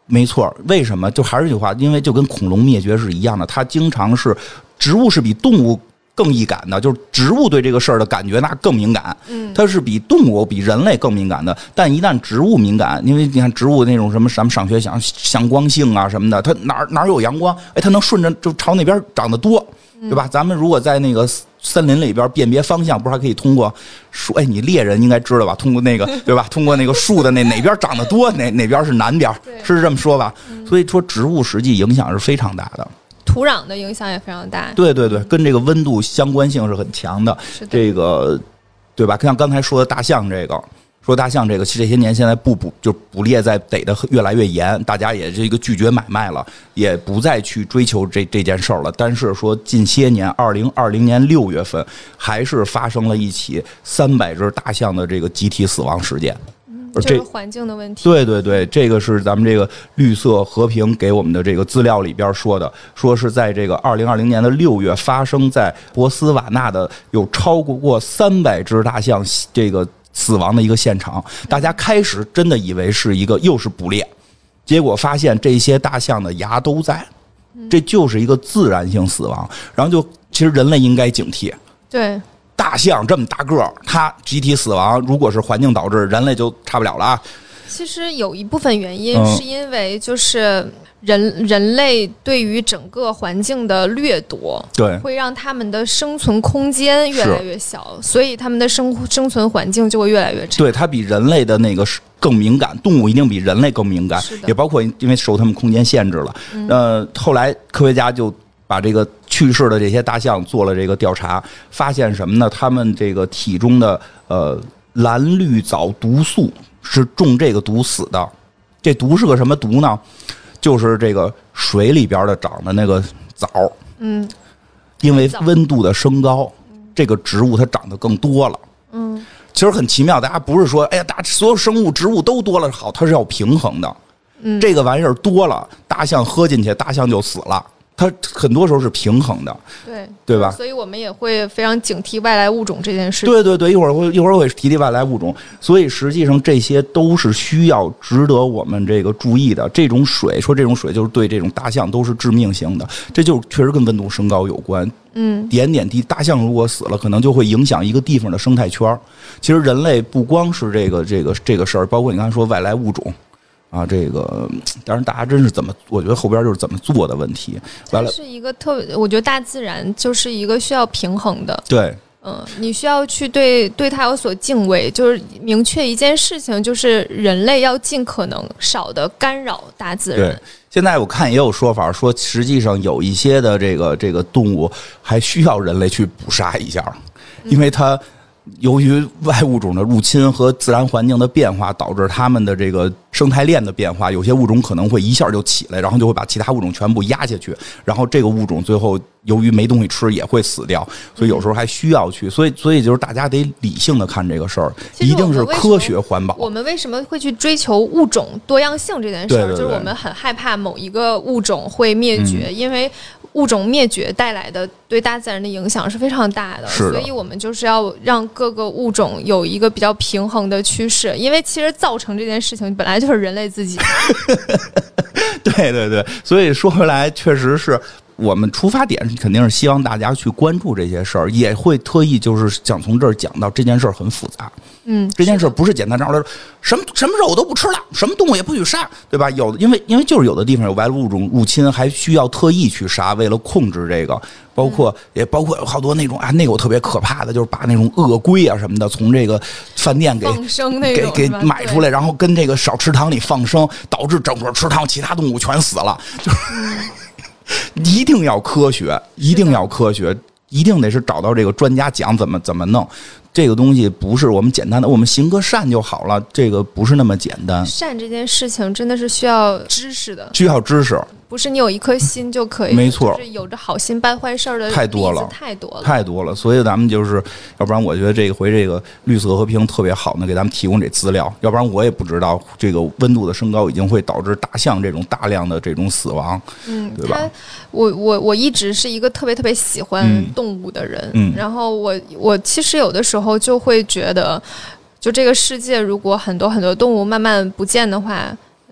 没错，为什么？就还是这句话，因为就跟恐龙灭绝是一样的，它经常是植物是比动物更易感的，就是植物对这个事儿的感觉那更敏感，它是比动物比人类更敏感的。但一旦植物敏感，因为你看植物那种什么咱们上学讲向光性啊什么的，它哪有阳光，哎，它能顺着就朝那边长得多，对吧？咱们如果在那个森林里边辨别方向，不是还可以通过树？哎，你猎人应该知道吧？通过那个对吧？通过那个树的哪边长得多，哪边是南边，是这么说吧？所以说植物实际影响是非常大的。 土壤的影响也非常大， 对对对，跟这个温度相关性是很强的。这个对吧？像刚才说的大象这个。说大象这个这些年现在捕猎在逮得越来越严，大家也这个拒绝买卖了，也不再去追求这件事儿了。但是说近些年，2020年6月份还是发生了一起300只大象的这个集体死亡事件。 这是环境的问题。 对对对，这个是咱们这个绿色和平给我们的这个资料里边说的，说是在这个2020年的6月发生在博斯瓦纳的有超过300只大象这个死亡的一个现场。大家开始真的以为是又是捕猎，结果发现这些大象的牙都在，这就是一个自然性死亡。然后其实人类应该警惕，对。大象这么大个儿，它集体死亡，如果是环境导致，人类就差不了了啊。 其实有一部分原因是因为就是人类对于整个环境的掠夺， 对， 会让他们的生存空间越来越小，所以他们的生存环境就会越来越差。 对，它比人类的那个更敏感，动物一定比人类更敏感，也包括因为受他们空间限制了。后来科学家就把这个去世的这些大象做了这个调查，发现什么呢？他们这个体中的蓝绿藻毒素是中这个毒死的。这毒是个什么毒呢？就是这个水里边的长的那个藻，因为温度的升高，这个植物它长得更多了。其实很奇妙，大家不是说哎呀，所有生物植物都多了好，它是要平衡的。这个玩意儿多了，大象喝进去，大象就死了。它很多时候是平衡的，对吧？ 所以我们也会非常警惕外来物种这件事。 对对对，一会儿我会提外来物种。所以实际上这些都是需要值得我们这个注意的。这种水就是对这种大象都是致命性的，这就确实跟温度升高有关。点点滴，大象如果死了，可能就会影响一个地方的生态圈。其实人类不光是这个事儿，包括你刚才说外来物种。啊，这个当然大家真是我觉得后边就是怎么做的问题。完了， 是一个我觉得大自然就是一个需要平衡的。 对， 你需要去对它有所敬畏，就是明确一件事情，就是人类要尽可能少的干扰大自然。 对，现在我看也有说法说，实际上有一些的这个动物还需要人类去捕杀一下，因为它。由于外物种的入侵和自然环境的变化，导致它们的这个生态链的变化，有些物种可能会一下就起来，然后就会把其他物种全部压下去，然后这个物种最后由于没东西吃也会死掉，所以有时候还需要去，所以就是大家得理性的看这个事儿，一定是科学环保。 我们为什么会去追求物种多样性这件事儿？就是我们很害怕某一个物种会灭绝，因为物种灭绝带来的对大自然的影响是非常大的，所以我们就是要让各个物种有一个比较平衡的趋势，因为其实造成这件事情本来就是人类自己。 对对对，所以说回来确实是我们出发点肯定是希望大家去关注这些事儿，也会特意就是想从这儿讲到这件事儿很复杂。这件事不是简单上来说什么肉都不吃了，什么动物也不许杀，对吧？因为就是有的地方有外来物种入侵，还需要特意去杀，为了控制这个，包括有好多那种那个我特别可怕的，就是把那种鳄龟啊什么的从这个饭店给买出来，然后跟这个小池塘里放生，导致整个池塘其他动物全死了，就是一定要科学，一定要科学，一定得是找到这个专家讲怎么弄。这个东西不是我们简单的我们行个善就好了，这个不是那么简单。 善这件事情真的是需要知识的， 需要知识， 不是你有一颗心就可以。 没错， 就是有着好心办坏事的太多了， 太多了。所以咱们就是要不然我觉得这回这个绿色和平特别好呢，给咱们提供这资料，要不然我也不知道这个温度的升高已经会导致大象这种大量的这种死亡。对吧？ 我一直是一个特别喜欢动物的人，然后我其实有的时候就会觉得，就这个世界如果很多动物慢慢不见的话，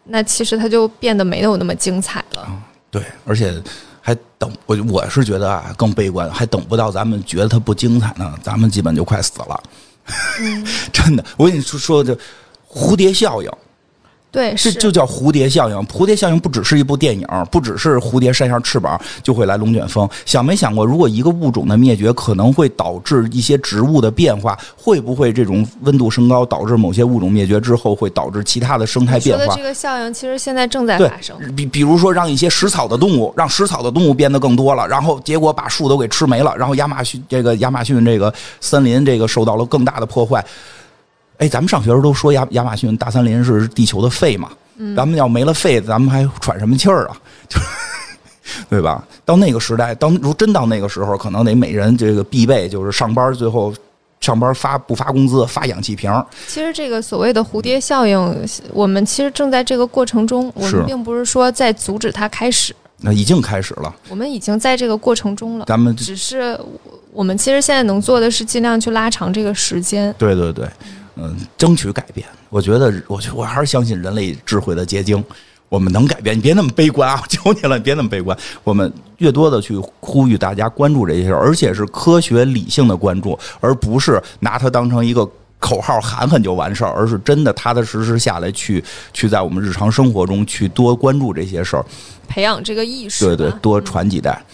那其实它就变得没有那么精彩了。 对，而且还等我是觉得啊，更悲观，还等不到咱们觉得它不精彩呢，咱们基本就快死了。真的，我跟你说这蝴蝶效应。 对， 这就叫蝴蝶效应。蝴蝶效应不只是一部电影，不只是蝴蝶扇上翅膀就会来龙卷风。想没想过，如果一个物种的灭绝可能会导致一些植物的变化，会不会这种温度升高导致某些物种灭绝之后，会导致其他的生态变化？ 你说的这个效应其实现在正在发生。 比如说让一些食草的动物，让食草的动物变得更多了，然后结果把树都给吃没了，然后亚马逊这个森林这个受到了更大的破坏。哎，咱们上学时候都说亚马逊大森林是地球的肺嘛，咱们要没了肺，咱们还喘什么气儿啊？对吧？到那个时代，如真到那个时候，可能得每人这个必备就是上班，最后上班不发工资，发氧气瓶。 其实这个所谓的蝴蝶效应，我们其实正在这个过程中，我们并不是说在阻止它开始。 那已经开始了， 我们已经在这个过程中了。 咱们只是我们其实现在能做的是尽量去拉长这个时间。 对对对。争取改变。我觉得我还是相信人类智慧的结晶，我们能改变。你别那么悲观啊！我求你了，你别那么悲观。我们越多的去呼吁大家关注这些事儿，而且是科学理性的关注，而不是拿它当成一个口号喊喊就完事儿，而是真的踏踏实实下来去在我们日常生活中去多关注这些事儿， 培养这个意识。 对对，多传几代。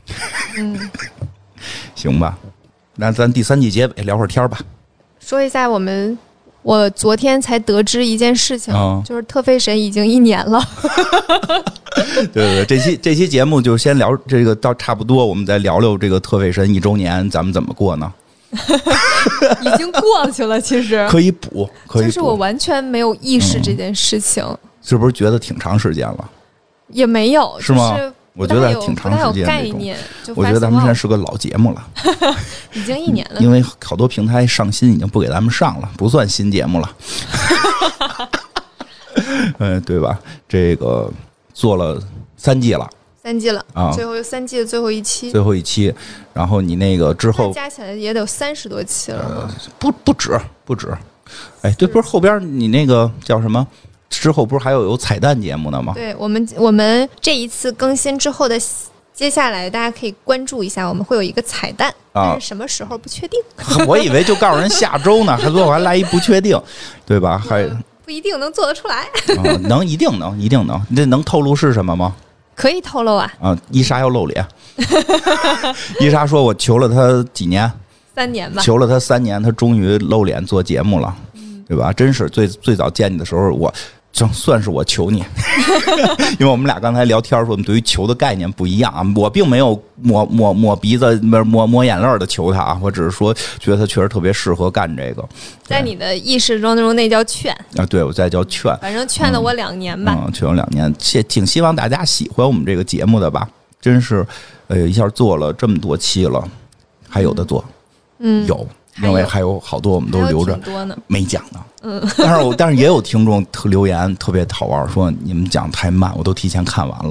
行吧，那咱第3季结尾聊会儿天吧。 说一下我昨天才得知一件事情，就是特费神已经1年了。 对，这期节目就先聊这个到差不多，我们再聊聊这个特费神1周年，咱们怎么过呢？ 已经过去了，其实可以补。 就是我完全没有意识这件事情， 是不是觉得挺长时间了？ 也没有， 是吗？我觉得还挺长时间， 不太有概念。 我觉得咱们现在是个老节目了， 已经1年了。 因为好多平台上新已经不给咱们上了，不算新节目了。对吧？这个做了3季了 ，3季了啊，最后3季的最后一期， 然后你那个之后加起来也得有30多期了， 不止。哎，对，不是后边你那个叫什么？之后不是还有彩蛋节目呢吗？ 对，我们这一次更新之后的接下来，大家可以关注一下，我们会有一个彩蛋，但是什么时候不确定。 我以为就告诉人下周呢，最后还来一不确定，对吧？还不一定能做得出来。 一定能。你这能透露是什么吗？ 可以透露啊。 伊莎要露脸。伊莎说：“我求了他几年 ？3年吧。 求了他3年，他终于露脸做节目了，对吧？真是最早见你的时候，我。”算是我求你，因为我们俩刚才聊天说，我们对于求的概念不一样啊。我并没有抹鼻子、抹眼泪的求他啊，我只是说觉得他确实特别适合干这个。 在你的意识中那叫劝啊，对，我在叫劝， 反正劝了我2年吧。 劝了2年，挺希望大家喜欢我们这个节目的吧。真是，一下做了这么多期了，还有的做，有。因为还有好多我们都留着没讲呢，但是也有听众留言特别好玩，说你们讲太慢，我都提前看完了。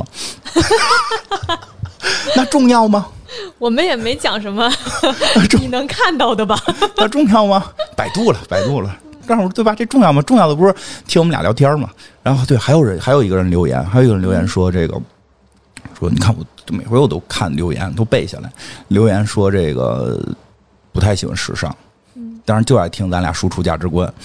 那重要吗？ 我们也没讲什么，你能看到的吧？ 那重要吗？百度了，告诉我对吧？这重要吗？重要的不是听我们俩聊天吗？然后对，还有一个人留言，说这个，说你看我每回我都看留言，都背下来。留言说这个。不太喜欢时尚，当然就爱听咱俩输出价值观。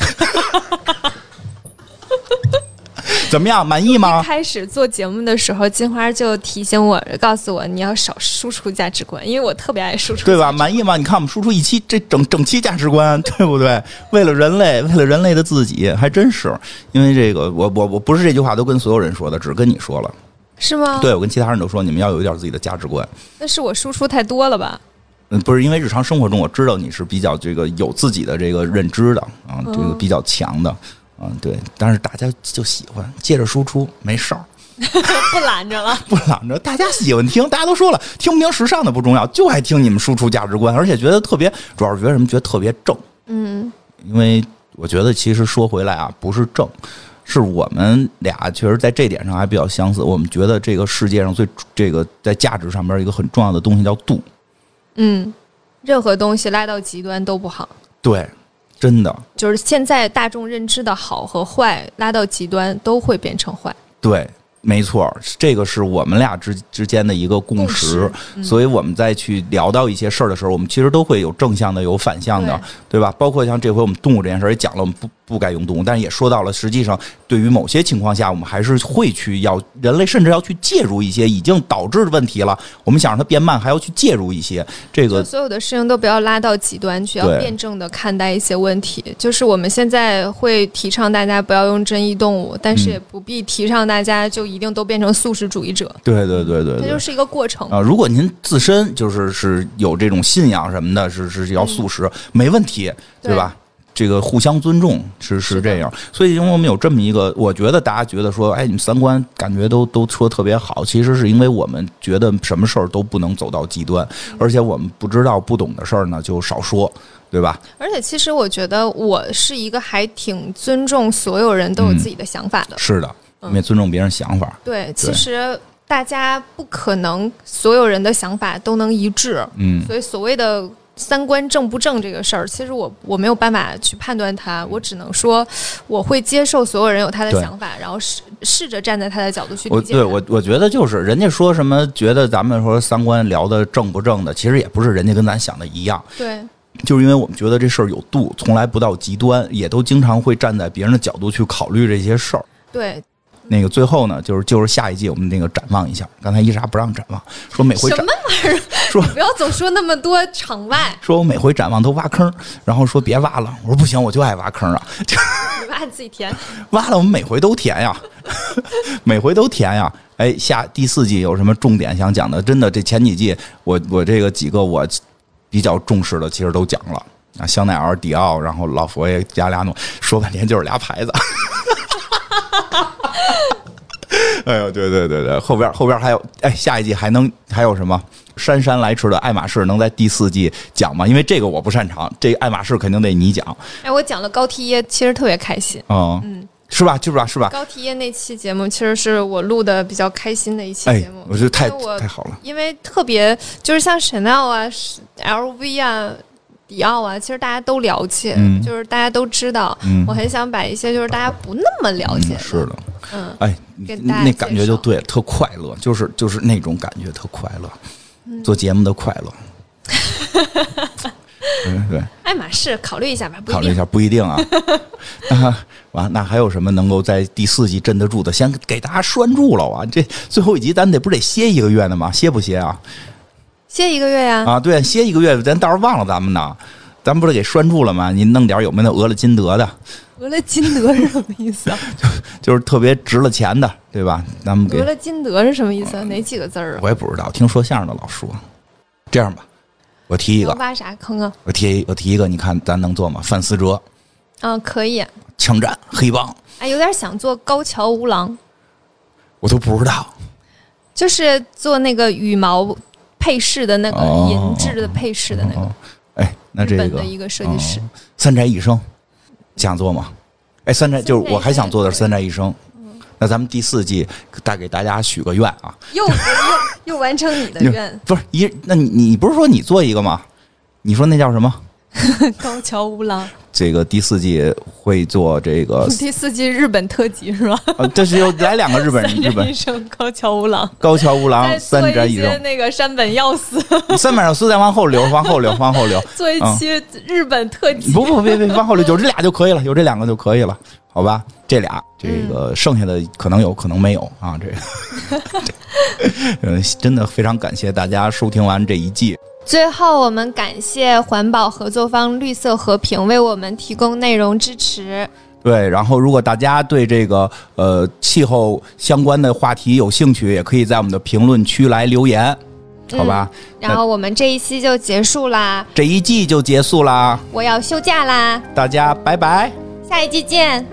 怎么样，满意吗？ 一开始做节目的时候，金花就提醒我，告诉我你要少输出价值观，因为我特别爱输出， 对吧？满意吗？你看我们输出一期，这整期价值观，对不对？为了人类的自己，还真是。因为这个，我不是这句话都跟所有人说的，只跟你说了， 是吗？ 对，我跟其他人都说，你们要有一点自己的价值观。 那是我输出太多了吧？ 不是，因为日常生活中我知道你是比较这个有自己的这个认知的啊，这个比较强的对，但是大家就喜欢接着输出，没事儿， 不拦着了， 不拦着，大家喜欢听，大家都说了，听不听时尚的不重要，就爱听你们输出价值观，而且觉得特别，主要是觉得什么？觉得特别正，因为我觉得其实说回来啊，不是正。是我们俩确实在这点上还比较相似，我们觉得这个世界上这个在价值上边一个很重要的东西叫度。 任何东西拉到极端都不好。 对， 真的就是现在大众认知的好和坏拉到极端都会变成坏。 对，没错，这个是我们俩之间的一个共识，所以我们再去聊到一些事儿的时候，我们其实都会有正向的，有反向的， 对吧？包括像这回我们动物这件事儿也讲了，我们不该用动物，但是也说到了，实际上对于某些情况下，我们还是会去人类甚至要去介入一些已经导致的问题了，我们想让它变慢，还要去介入一些。这个所有的事情都不要拉到极端去，要辩证的看待一些问题。就是我们现在会提倡大家不要用珍异动物，但是也不必提倡大家就一定都变成素食主义者。 对， 它就是一个过程啊。如果您自身是有这种信仰什么的，是要素食，没问题，对吧？这个互相尊重是这样，所以因为我们有这么一个，我觉得大家觉得说，哎，你们三观感觉都说特别好，其实是因为我们觉得什么事儿都不能走到极端，而且我们不知道不懂的事儿呢就少说，对吧？ 而且其实我觉得我是一个还挺尊重所有人都有自己的想法的。 是的，我们也尊重别人想法。 对，其实大家不可能所有人的想法都能一致，所以所谓的三观正不正这个事儿，其实我没有办法去判断它，我只能说我会接受所有人有他的想法，然后试着站在他的角度去理解。 我觉得就是人家说什么觉得咱们说三观聊的正不正的，其实也不是人家跟咱想的一样。 对， 就是因为我们觉得这事儿有度，从来不到极端，也都经常会站在别人的角度去考虑这些事儿。 对。 那个最后呢，就是下一季我们那个展望一下。刚才伊莎不让展望，说每回什么玩意儿？说不要总说那么多场外。 说我每回展望都挖坑，然后说别挖了。我说不行，我就爱挖坑啊！ 你挖自己填， 挖了我们每回都填呀，每回都填呀。哎，第4季有什么重点想讲的？真的，这前几季我这个几个我比较重视的，其实都讲了啊，香奈儿、迪奥，然后老佛爷、加利亚诺，说半天就是俩牌子。哎呦，对，后边还有，哎，下一季还有什么？姗姗来迟的爱马仕能在第4季讲吗？因为这个我不擅长，这个爱马仕肯定得你讲。 哎，我讲了高缇耶，其实特别开心。 是吧？是吧？ 高缇耶那期节目其实是我录的比较开心的一期节目。 我觉得太好了， 因为特别就是像 Chanel 啊、LV 啊。迪奥啊，其实大家都了解，就是大家都知道。我很想把一些就是大家不那么了解的， 是的，哎，那感觉就对了，特快乐，就是那种感觉特快乐，做节目的快乐。对， 爱马仕考虑一下吧， 考虑一下不一定啊。那还有什么能够在第4季镇得住的？先给大家拴住了啊！这最后一集咱不得歇1个月呢吗？歇不歇啊？ 歇1个月呀！ 啊，对，歇1个月，咱到时候忘了咱们呢，咱不是给拴住了吗？你弄点有没有俄勒金德的？ 俄勒金德是什么意思啊？ 就是特别值了钱的，对吧？咱们给俄勒金德是什么意思？哪几个字儿啊？ 我也不知道，听说相声的老说。这样吧，我提一个， 挖啥坑啊？ 我提一个，你看咱能做吗？范思哲， 可以。 枪战黑帮， 哎，有点想做高桥无郎， 我都不知道， 就是做那个羽毛配饰的那个银质的配饰的那个， 哎，那这个日本的一个设计师， 三宅一生想做吗？哎，就是我还想做的是三宅一生。那咱们第4季再给大家许个愿啊！ 又完成你的愿， 不是那你不是说你做一个吗？你说那叫什么？ 高桥无郎。 这个第4季会做这个第4季日本特辑是吧？ 这是又来2个日本医生高桥无郎， 三宅一生那个山本耀司， 山本耀司再往后留， 做一期日本特辑。 不，别往后留，有这俩就可以了，有这2个就可以了，好吧？这俩，这个剩下的可能有，可能没有啊。这个，真的非常感谢大家收听完这一季。 最后，我们感谢环保合作方绿色和平为我们提供内容支持。 对，然后如果大家对这个气候相关的话题有兴趣，也可以在我们的评论区来留言，好吧？ 然后我们这一期就结束啦， 这一季就结束啦， 我要休假啦， 大家拜拜， 下一季见。